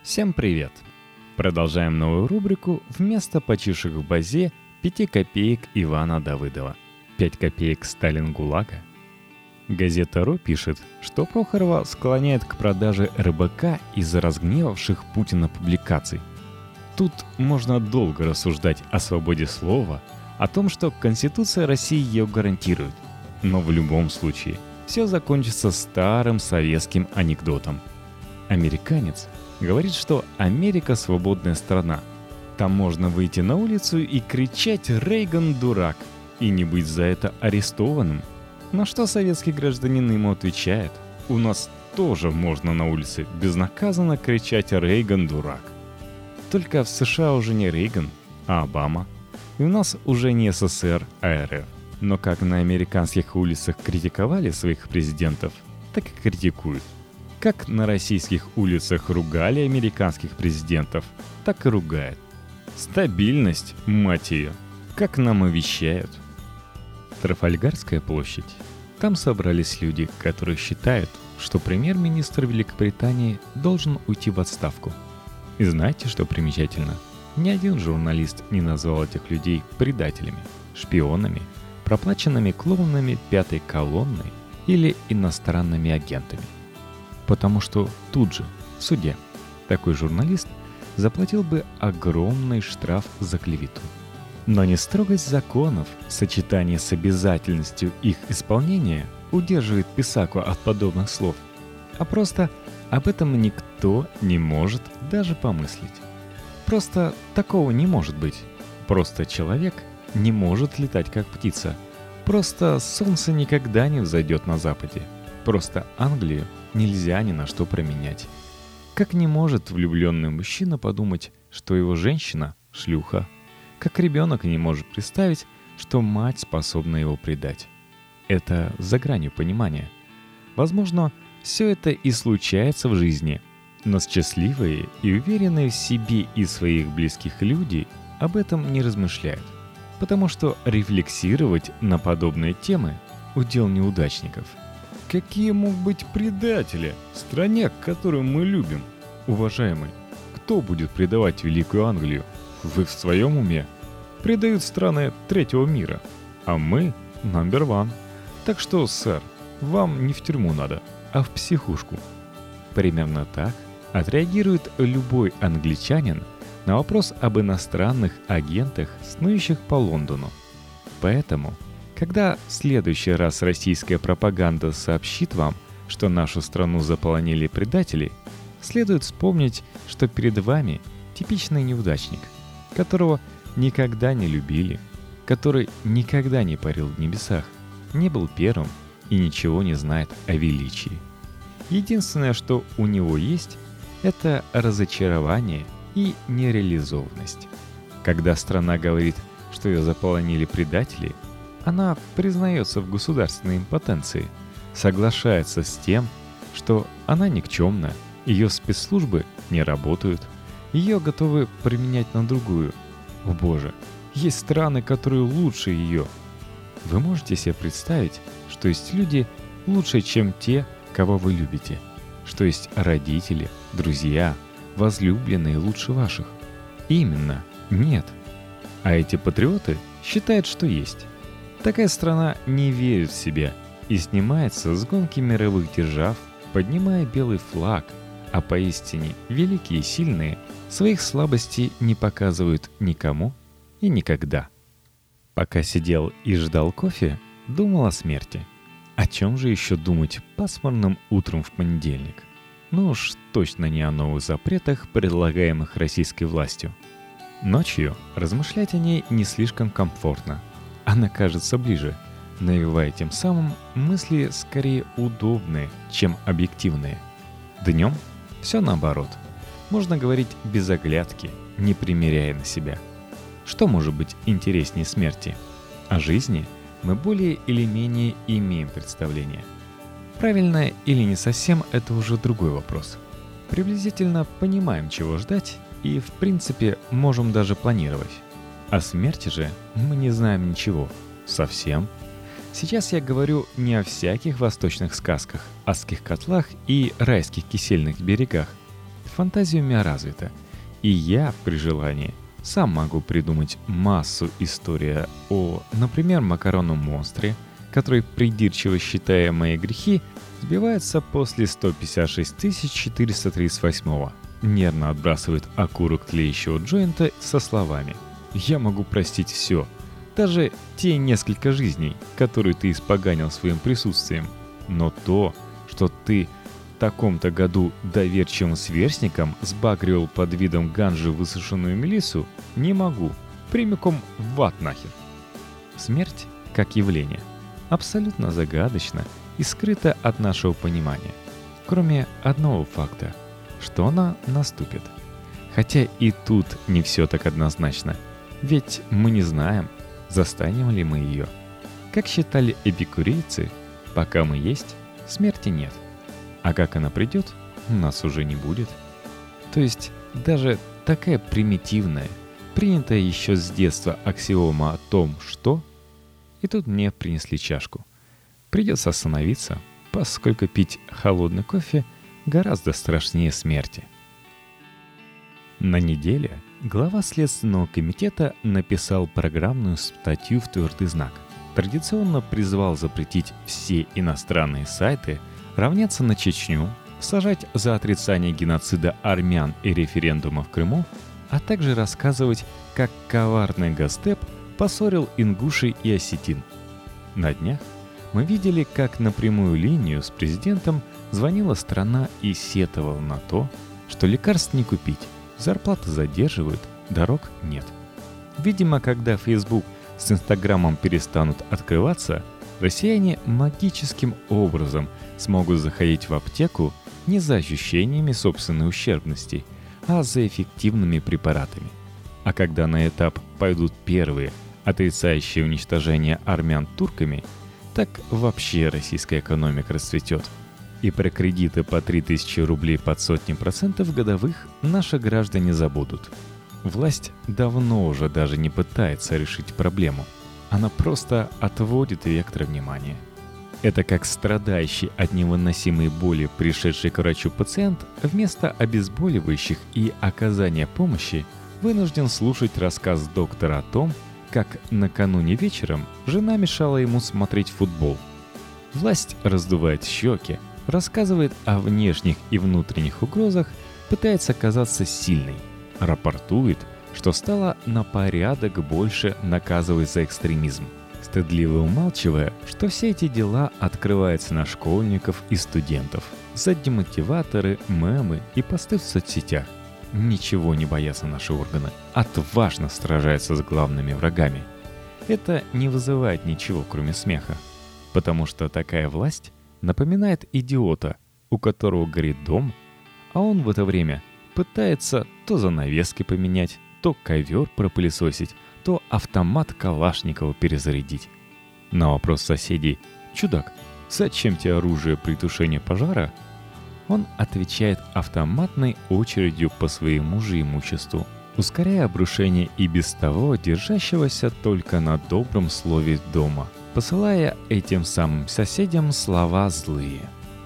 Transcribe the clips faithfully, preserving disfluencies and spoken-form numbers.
Всем привет! Продолжаем новую рубрику «Вместо почивших в базе пяти копеек Ивана Давыдова». Пять копеек Сталин ГУЛАГа. Газета «Ро» пишет, что Прохорова склоняет к продаже РБК из-за разгневавших Путина публикаций. Тут можно долго рассуждать о свободе слова, о том, что Конституция России ее гарантирует. Но в любом случае, все закончится старым советским анекдотом. Американец говорит, что Америка свободная страна. Там можно выйти на улицу и кричать «Рейган дурак!» и не быть за это арестованным. На что советский гражданин ему отвечает: «У нас тоже можно на улице безнаказанно кричать «Рейган дурак!» Только в США уже не Рейган, а Обама. И у нас уже не СССР, а РФ. Но как на американских улицах критиковали своих президентов, так и критикуют. Как на российских улицах ругали американских президентов, так и ругают. Стабильность, мать ее, как нам и вещают. Трафальгарская площадь. Там собрались люди, которые считают, что премьер-министр Великобритании должен уйти в отставку. И знаете, что примечательно? Ни один журналист не назвал этих людей предателями, шпионами, проплаченными клоунами пятой колонны или иностранными агентами. Потому что тут же, в суде, такой журналист заплатил бы огромный штраф за клевету. Но не строгость законов в сочетании с обязательностью их исполнения удерживает писаку от подобных слов, а просто об этом никто не может даже помыслить. Просто такого не может быть. Просто человек не может летать как птица. Просто солнце никогда не взойдет на западе. Просто Англию нельзя ни на что променять. Как не может влюбленный мужчина подумать, что его женщина – шлюха? Как ребенок не может представить, что мать способна его предать? Это за гранью понимания. Возможно, все это и случается в жизни, но счастливые и уверенные в себе и своих близких люди об этом не размышляют, потому что рефлексировать на подобные темы – удел неудачников. Какие могут быть предатели в стране, которую мы любим? Уважаемый, кто будет предавать Великую Англию? Вы в своем уме? Предают страны третьего мира, а мы номер ван. Так что, сэр, вам не в тюрьму надо, а в психушку. Примерно так отреагирует любой англичанин на вопрос об иностранных агентах, снующих по Лондону. Поэтому, когда в следующий раз российская пропаганда сообщит вам, что нашу страну заполонили предатели, следует вспомнить, что перед вами типичный неудачник, которого никогда не любили, который никогда не парил в небесах, не был первым и ничего не знает о величии. Единственное, что у него есть, это разочарование и нереализованность. Когда страна говорит, что ее заполонили предатели, она признается в государственной импотенции, соглашается с тем, что она никчемна, ее спецслужбы не работают, ее готовы применять на другую. О боже, есть страны, которые лучше ее. Вы можете себе представить, что есть люди лучше, чем те, кого вы любите, что есть родители, друзья, возлюбленные лучше ваших? Именно, нет. А эти патриоты считают, что есть. Такая страна не верит в себя и снимается с гонки мировых держав, поднимая белый флаг, а поистине великие и сильные своих слабостей не показывают никому и никогда. Пока сидел и ждал кофе, думал о смерти. О чем же еще думать пасмурным утром в понедельник? Ну уж точно не о новых запретах, предлагаемых российской властью. Ночью размышлять о ней не слишком комфортно. Она кажется ближе, навевая тем самым мысли скорее удобные, чем объективные. Днем все наоборот. Можно говорить без оглядки, не примеряя на себя. Что может быть интереснее смерти? О жизни мы более или менее имеем представление. Правильно или не совсем – это уже другой вопрос. Приблизительно понимаем, чего ждать, и в принципе можем даже планировать. О смерти же мы не знаем ничего. Совсем. Сейчас я говорю не о всяких восточных сказках, адских котлах и райских кисельных берегах. фантазия у меня развита. И я, при желании, сам могу придумать массу историй о, например, макаронном монстре, который, придирчиво считая мои грехи, сбивается после сто пятьдесят шесть тысяч четыреста тридцать восьмого, нервно отбрасывает окурок тлеющего джойнта со словами: «Я могу простить все, даже те несколько жизней, которые ты испоганил своим присутствием. Но то, что ты в таком-то году доверчивым сверстником сбагривал под видом ганжи высушенную мелиссу, не могу. Прямиком в ад нахер». Смерть, как явление, абсолютно загадочна и скрыта от нашего понимания, кроме одного факта, что она наступит. Хотя и тут не все так однозначно, ведь мы не знаем, застанем ли мы ее. Как считали эпикурейцы, пока мы есть, смерти нет. А как она придет, нас уже не будет. То есть даже такая примитивная, принятая еще с детства аксиома о том, что... И тут мне принесли чашку. Придется остановиться, поскольку пить холодный кофе гораздо страшнее смерти. На неделе глава Следственного комитета написал программную статью в твердый знак. Традиционно призвал запретить все иностранные сайты равняться на Чечню, сажать за отрицание геноцида армян и референдума в Крыму, а также рассказывать, как коварный Госдеп поссорил ингушей и осетин. На днях мы видели, как на прямую линию с президентом звонила страна и сетовала на то, что лекарств не купить, зарплаты задерживают, дорог нет. Видимо, когда Facebook с Инстаграмом перестанут открываться, россияне магическим образом смогут заходить в аптеку не за ощущениями собственной ущербности, а за эффективными препаратами. А когда на этап пойдут первые, отрицающие уничтожение армян турками, так вообще российская экономика расцветет. И про кредиты по три тысячи рублей под сотни процентов годовых наши граждане забудут. Власть давно уже даже не пытается решить проблему. Она просто отводит вектор внимания. Это как страдающий от невыносимой боли пришедший к врачу пациент вместо обезболивающих и оказания помощи вынужден слушать рассказ доктора о том, как накануне вечером жена мешала ему смотреть футбол. Власть раздувает щеки, рассказывает о внешних и внутренних угрозах, пытается казаться сильной, рапортует, что стало на порядок больше наказывать за экстремизм, стыдливо умалчивая, что все эти дела открываются на школьников и студентов, за демотиваторы, мемы и посты в соцсетях. Ничего не боятся наши органы, отважно сражаются с главными врагами. Это не вызывает ничего, кроме смеха, потому что такая власть напоминает идиота, у которого горит дом, а он в это время пытается то занавески поменять, то ковер пропылесосить, то автомат Калашникова перезарядить. На вопрос соседей: «Чудак, зачем тебе оружие при тушении пожара?» он отвечает автоматной очередью по своему же имуществу, ускоряя обрушение и без того держащегося только на добром слове дома, посылая этим самым соседям слова злые.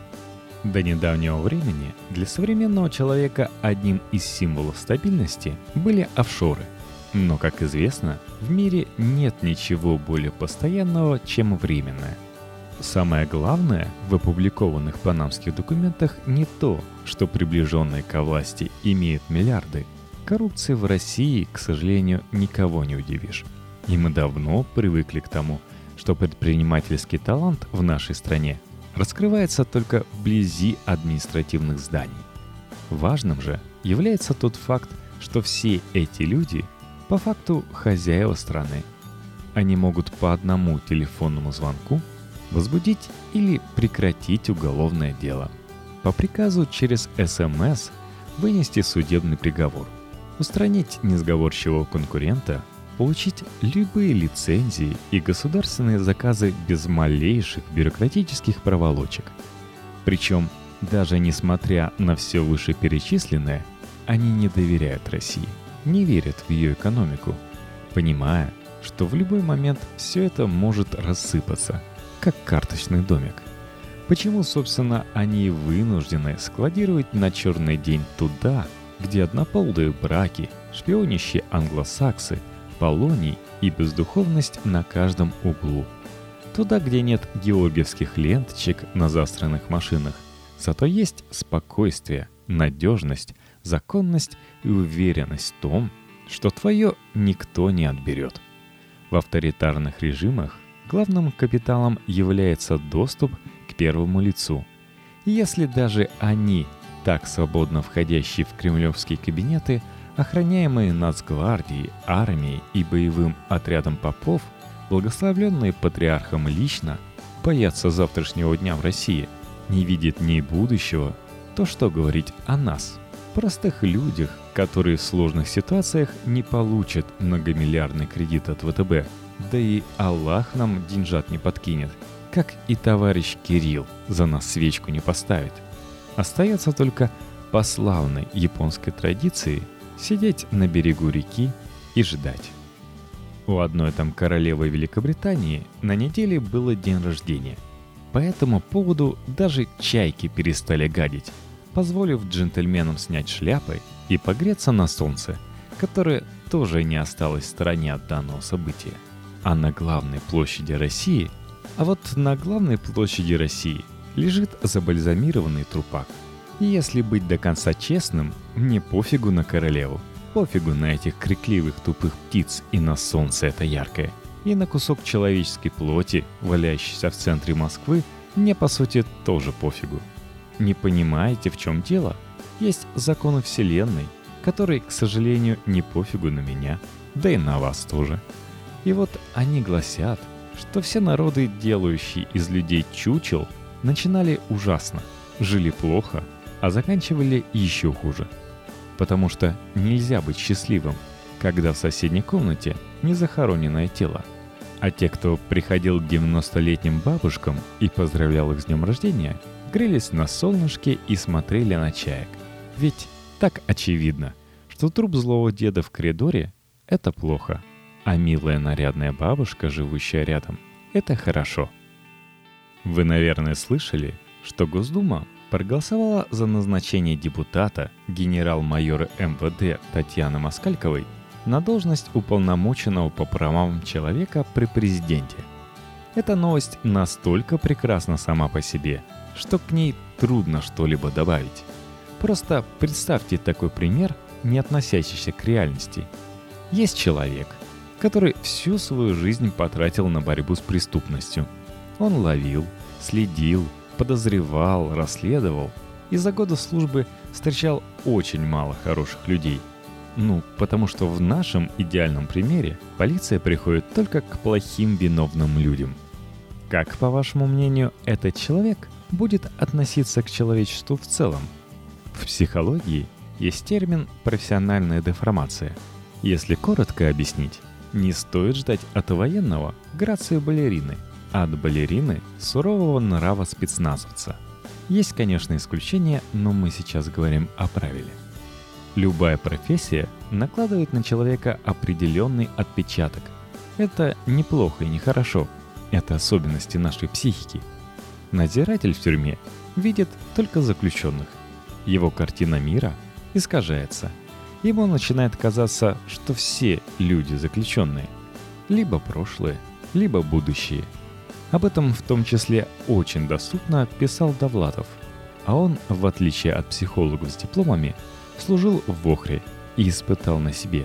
До недавнего времени для современного человека одним из символов стабильности были офшоры. Но, как известно, в мире нет ничего более постоянного, чем временное. Самое главное в опубликованных панамских документах не то, что приближенные ко власти имеют миллиарды. Коррупции в России, к сожалению, никого не удивишь. И мы давно привыкли к тому, что предпринимательский талант в нашей стране раскрывается только вблизи административных зданий. Важным же является тот факт, что все эти люди по факту хозяева страны. Они могут по одному телефонному звонку возбудить или прекратить уголовное дело. По приказу через эс эм эс вынести судебный приговор, устранить несговорчивого конкурента, получить любые лицензии и государственные заказы без малейших бюрократических проволочек. Причем, даже несмотря на все вышеперечисленное, они не доверяют России, не верят в ее экономику, понимая, что в любой момент все это может рассыпаться, как карточный домик. Почему, собственно, они вынуждены складировать на черный день туда, где однополые браки, шпионящие англосаксы, полоний и бездуховность на каждом углу? Туда, где нет георгиевских ленточек на заостренных машинах, зато есть спокойствие, надежность, законность и уверенность в том, что твое никто не отберет. В авторитарных режимах главным капиталом является доступ к первому лицу. И если даже они, так свободно входящие в кремлевские кабинеты, охраняемые Нацгвардией, армией и боевым отрядом попов, благословленные патриархом лично, боятся завтрашнего дня в России, не видят ни будущего, то что говорить о нас, простых людях, которые в сложных ситуациях не получат многомиллиардный кредит от вэ тэ бэ, да и Аллах нам деньжат не подкинет, как и товарищ Кирилл за нас свечку не поставит. Остается только по славной японской традиции сидеть на берегу реки и ждать. У одной там королевы Великобритании на неделе было день рождения. По этому поводу даже чайки перестали гадить, позволив джентльменам снять шляпы и погреться на солнце, которое тоже не осталось в стороне от данного события. А на главной площади России, а вот на главной площади России лежит забальзамированный трупак. И если быть до конца честным, мне пофигу на королеву, пофигу на этих крикливых тупых птиц и на солнце это яркое, и на кусок человеческой плоти, валяющийся в центре Москвы, мне по сути тоже пофигу. Не понимаете, в чем дело? Есть законы Вселенной, которые, к сожалению, не пофигу на меня, да и на вас тоже. И вот они гласят, что все народы, делающие из людей чучел, начинали ужасно, жили плохо, а заканчивали еще хуже. Потому что нельзя быть счастливым, когда в соседней комнате не захороненное тело. А те, кто приходил к девяностолетним бабушкам и поздравлял их с днем рождения, грелись на солнышке и смотрели на чаек. Ведь так очевидно, что труп злого деда в коридоре — это плохо, а милая нарядная бабушка, живущая рядом, — это хорошо. Вы, наверное, слышали, что Госдума проголосовала за назначение депутата генерал-майора эм вэ дэ Татьяны Москальковой на должность уполномоченного по правам человека при президенте. Эта новость настолько прекрасна сама по себе, что к ней трудно что-либо добавить. Просто представьте такой пример, не относящийся к реальности. Есть человек, который всю свою жизнь потратил на борьбу с преступностью. Он ловил, следил, подозревал, расследовал и за годы службы встречал очень мало хороших людей. Ну, потому что в нашем идеальном примере полиция приходит только к плохим виновным людям. Как, по вашему мнению, этот человек будет относиться к человечеству в целом? В психологии есть термин «профессиональная деформация». Если коротко объяснить, не стоит ждать от военного грацию балерины, а от балерины сурового нрава спецназовца. Есть, конечно, исключения, но мы сейчас говорим о правиле. Любая профессия накладывает на человека определенный отпечаток. Это неплохо и нехорошо. Это особенности нашей психики. Надзиратель в тюрьме видит только заключенных. Его картина мира искажается. Ему начинает казаться, что все люди заключенные. Либо прошлые, либо будущие. Об этом в том числе очень доступно писал Довлатов. А он, в отличие от психологов с дипломами, служил в Охре и испытал на себе.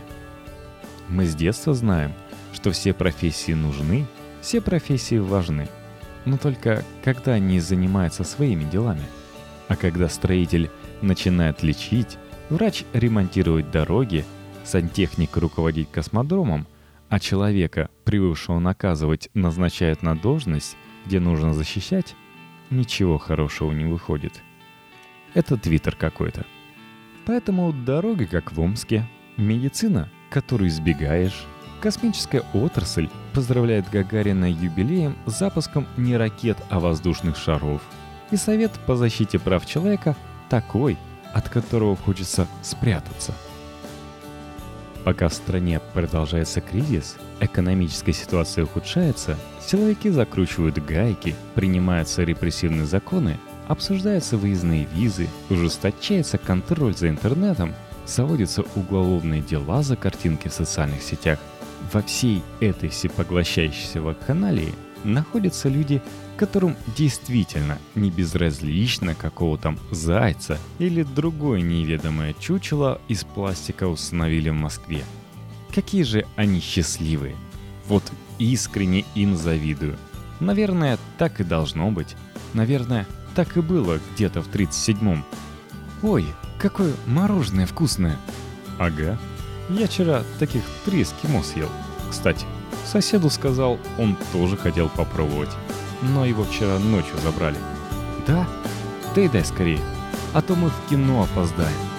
Мы с детства знаем, что все профессии нужны, все профессии важны. Но только когда они занимаются своими делами. А когда строитель начинает лечить, врач ремонтировать дороги, сантехник руководить космодромом, а человека, привыкшего наказывать, назначают на должность, где нужно защищать, ничего хорошего не выходит. Это твиттер какой-то. Поэтому дороги, как в Омске, медицина, которую избегаешь, космическая отрасль поздравляет Гагарина юбилеем с запуском не ракет, а воздушных шаров. И совет по защите прав человека такой, от которого хочется спрятаться. Пока в стране продолжается кризис, экономическая ситуация ухудшается, силовики закручивают гайки, принимаются репрессивные законы, обсуждаются выездные визы, ужесточается контроль за интернетом, заводятся уголовные дела за картинки в социальных сетях. Во всей этой всепоглощающейся вакханалии находятся люди, которым действительно не безразлично, какого там зайца или другое неведомое чучело из пластика установили в Москве. Какие же они счастливые. Вот искренне им завидую. Наверное, так и должно быть. Наверное, так и было где-то в тридцать седьмом. Ой, какое мороженое вкусное. Ага, я вчера таких три эскимо съел. Кстати, соседу сказал, он тоже хотел попробовать. Но его вчера ночью забрали. Да? Доедай скорее, а то мы в кино опоздаем.